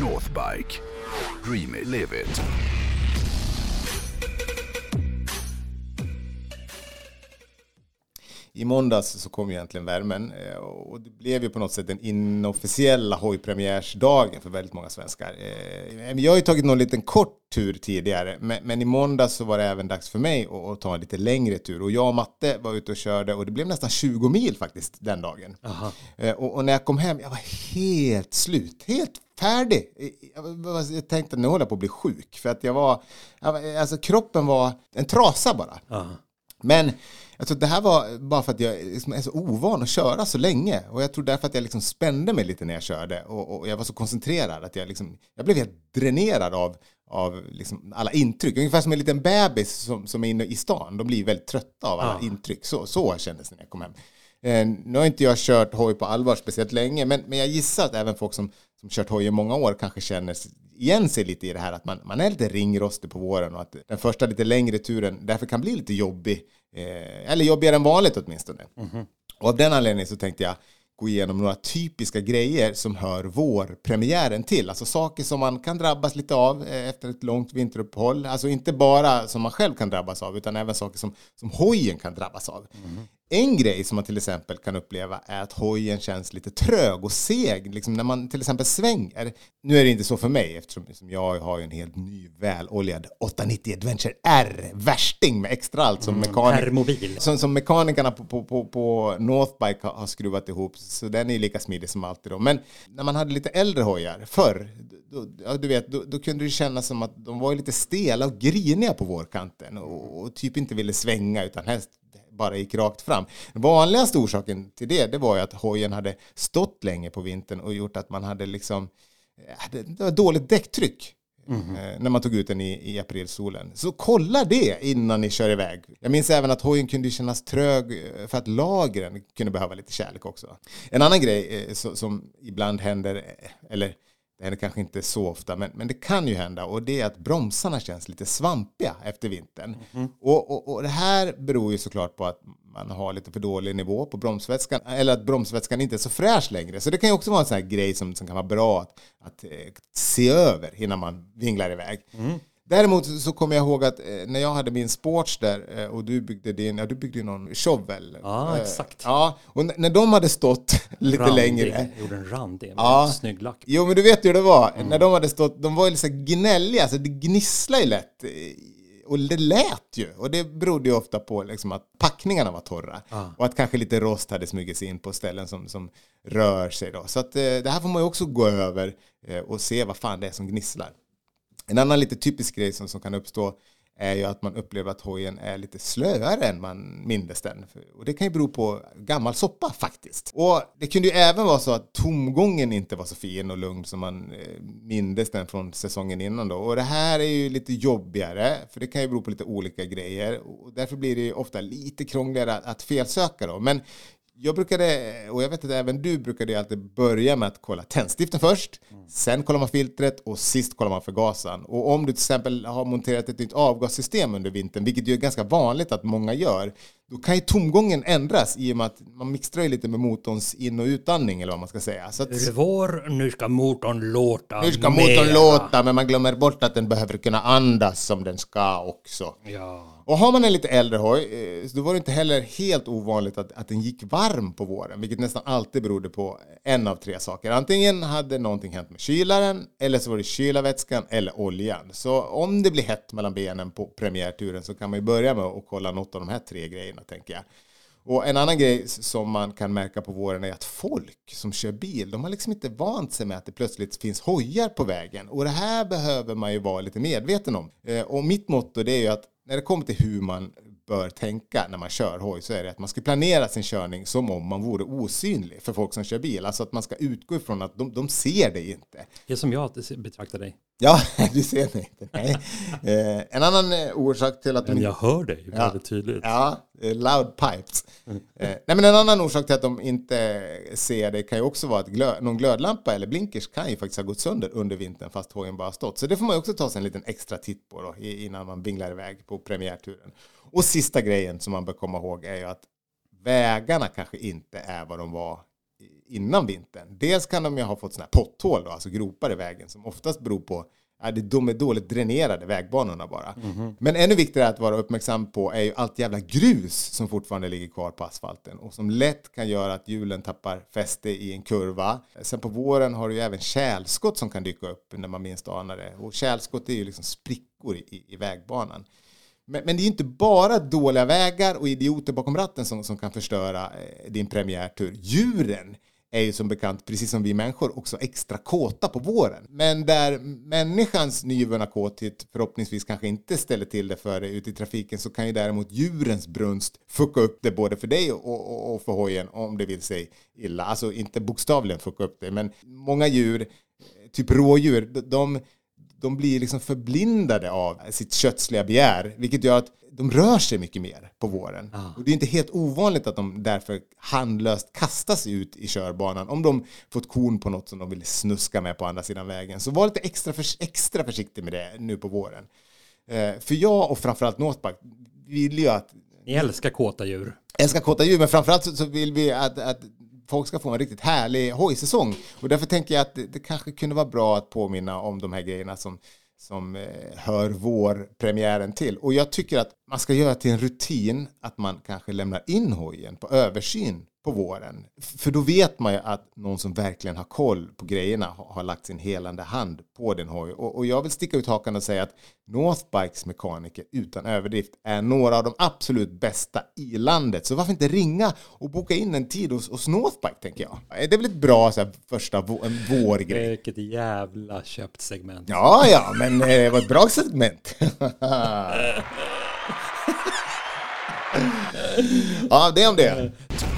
Northbike. Dream it, live it. I måndags så kom egentligen värmen och det blev ju på något sätt den inofficiella hojpremiärsdagen för väldigt många svenskar. Jag har ju tagit någon liten kort tur tidigare, men i måndags så var det även dags för mig att ta en lite längre tur. Och jag och Matte var ute och körde och det blev nästan 20 mil faktiskt den dagen. Och när jag kom hem, jag var helt slut, helt färdig. Jag tänkte att nu håller jag på att bli sjuk för att alltså kroppen var en trasa bara. Men alltså det här var bara för att jag är så ovan att köra så länge. Och jag tror därför att jag liksom spände mig lite när jag körde. Och jag var så koncentrerad att jag blev helt dränerad av liksom alla intryck. Ungefär som en liten bebis som är inne i stan. De blir väldigt trötta av alla intryck. Så kändes det när jag kom hem. Nu har inte jag kört hoj på allvar speciellt länge. Men jag gissar att även folk som kört hoj i många år kanske känner igen sig lite i det här. Att man är lite ringrostig på våren. Och att den första lite längre turen därför kan bli lite jobbig. Eller jobbigare än vanligt åtminstone. Och av den anledningen så tänkte jag gå igenom några typiska grejer som hör vårpremiären till. Alltså saker som man kan drabbas lite av efter ett långt vinteruppehåll. Alltså inte bara som man själv kan drabbas av utan även saker som hojen kan drabbas av. En grej som man till exempel kan uppleva är att hojen känns lite trög och seg. Liksom när man till exempel svänger. Nu är det inte så för mig eftersom jag har ju en helt ny väloljad 890 Adventure R. Värsting med extra allt som mekanikerna på Northbike har skruvat ihop. Så den är ju lika smidig som alltid då. Men när man hade lite äldre hojar förr, då kunde det kännas som att de var lite stela och griniga på vårkanten. Och typ inte ville svänga utan helst bara gick rakt fram. Den vanligaste orsaken till det var ju att hojen hade stått länge på vintern och gjort att man hade liksom det var dåligt däcktryck när man tog ut den i aprilsolen. Så kolla det innan ni kör iväg. Jag minns även att hojen kunde kännas trög för att lagren kunde behöva lite kärlek också. En annan grej som ibland händer, eller det händer kanske inte så ofta, men det kan ju hända. Och det är att bromsarna känns lite svampiga efter vintern. Och det här beror ju såklart på att man har lite för dålig nivå på bromsvätskan. Eller att bromsvätskan inte är så fräsch längre. Så det kan ju också vara en sån här grej som kan vara bra att se över innan man vinglar iväg. Däremot så kommer jag ihåg att när jag hade min Sportster och du byggde någon shovel. Ja, exakt. Ja, och när de hade stått lite längre. Jag gjorde en randig med snygg lack. Jo, men du vet ju hur det var. När de hade stått, de var ju lite så gnälliga, så det gnisslade ju lätt. Och det lät ju. Och det berodde ju ofta på liksom att packningarna var torra. Och att kanske lite rost hade smugit sig in på ställen som rör sig då. Så att det här får man ju också gå över och se vad fan det är som gnisslar. En annan lite typisk grej som kan uppstå är ju att man upplever att hojen är lite slöare än man mindes den. Och det kan ju bero på gammal soppa faktiskt. Och det kunde ju även vara så att tomgången inte var så fin och lugn som man mindes den från säsongen innan då. Och det här är ju lite jobbigare, för det kan ju bero på lite olika grejer. Och därför blir det ju ofta lite krångligare att felsöka då. Men jag brukade, och jag vet att även du brukade alltid börja med att kolla tändstiften först. Sen kollar man filtret och sist kollar man förgasaren. Och om du till exempel har monterat ett nytt avgassystem under vintern, vilket ju är ganska vanligt att många gör, då kan ju tomgången ändras i och med att man mixtrar lite med motorns in- och utandning eller vad man ska säga. Så att, nu ska motorn låta. Nu ska motorn låta, men man glömmer bort att den behöver kunna andas som den ska också. Ja. Och har man en lite äldre hoj, då var det inte heller helt ovanligt att den gick varm på våren, vilket nästan alltid berodde på en av tre saker. Antingen hade någonting hänt med kylaren, eller så var det kylarvätskan eller oljan. Så om det blir hett mellan benen på premiärturen så kan man ju börja med att kolla något av de här tre grejerna, tänker jag. Och en annan grej som man kan märka på våren är att folk som kör bil, de har liksom inte vant sig med att det plötsligt finns hojar på vägen. Och det här behöver man ju vara lite medveten om. Och mitt motto det är ju att när det kommer till hur man bör tänka när man kör hoj, så är det att man ska planera sin körning som om man vore osynlig för folk som kör bil. Alltså att man ska utgå ifrån att de ser det inte. Det är som jag betraktar dig. Ja, du ser mig inte. Nej. En annan orsak till att... Men jag hör dig väldigt tydligt. Ja, loud pipes. Nej, men en annan orsak till att de inte ser det kan ju också vara att någon glödlampa eller blinkers kan ju faktiskt ha gått sönder under vintern fast hojen bara stått. Så det får man ju också ta sig en liten extra titt på då, innan man vinglar iväg på premiärturen. Och sista grejen som man bör komma ihåg är ju att vägarna kanske inte är vad de var innan vintern. Dels kan de ju ha fått såna här potthål då, alltså gropar i vägen som oftast beror på de är dåligt dränerade vägbanorna bara. Men ännu viktigare att vara uppmärksam på är ju allt jävla grus som fortfarande ligger kvar på asfalten och som lätt kan göra att hjulen tappar fäste i en kurva. Sen på våren har du ju även tjälskott som kan dyka upp när man minst anar det. Och tjälskott är ju liksom sprickor i vägbanan. Men det är ju inte bara dåliga vägar och idioter bakom ratten som kan förstöra din premiärtur. Djuren är ju som bekant, precis som vi människor, också extra kåta på våren. Men där människans nyvunna kåthet förhoppningsvis kanske inte ställer till det för dig ute i trafiken, så kan ju däremot djurens brunst fucka upp det både för dig och för hojen om det vill sig illa. Alltså inte bokstavligen fucka upp det, men många djur, typ rådjur, de blir liksom förblindade av sitt kötsliga begär, vilket gör att de rör sig mycket mer på våren. Och det är inte helt ovanligt att de därför handlöst kastas ut i körbanan om de fått korn på något som de vill snuska med på andra sidan vägen. Så var lite extra försiktig med det nu på våren. För jag och framförallt Northbike vill ju att... Ni älskar kåta djur. Älskar kåta djur, men framförallt så vill vi att folk ska få en riktigt härlig hojsäsong. Och därför tänker jag att det kanske kunde vara bra att påminna om de här grejerna som hör vårpremiären till. Och jag tycker att man ska göra till en rutin att man kanske lämnar in hojen på översyn på våren. För då vet man ju att någon som verkligen har koll på grejerna har lagt sin helande hand på den hoj. Och jag vill sticka ut hakan och säga att Northbikes mekaniker utan överdrift är några av de absolut bästa i landet. Så varför inte ringa och boka in en tid hos Northbike, tänker jag. Det är väl ett bra så här, första vårgrej. Vilket jävla köpt segment. Ja, men det var ett bra segment. Ja, det om det.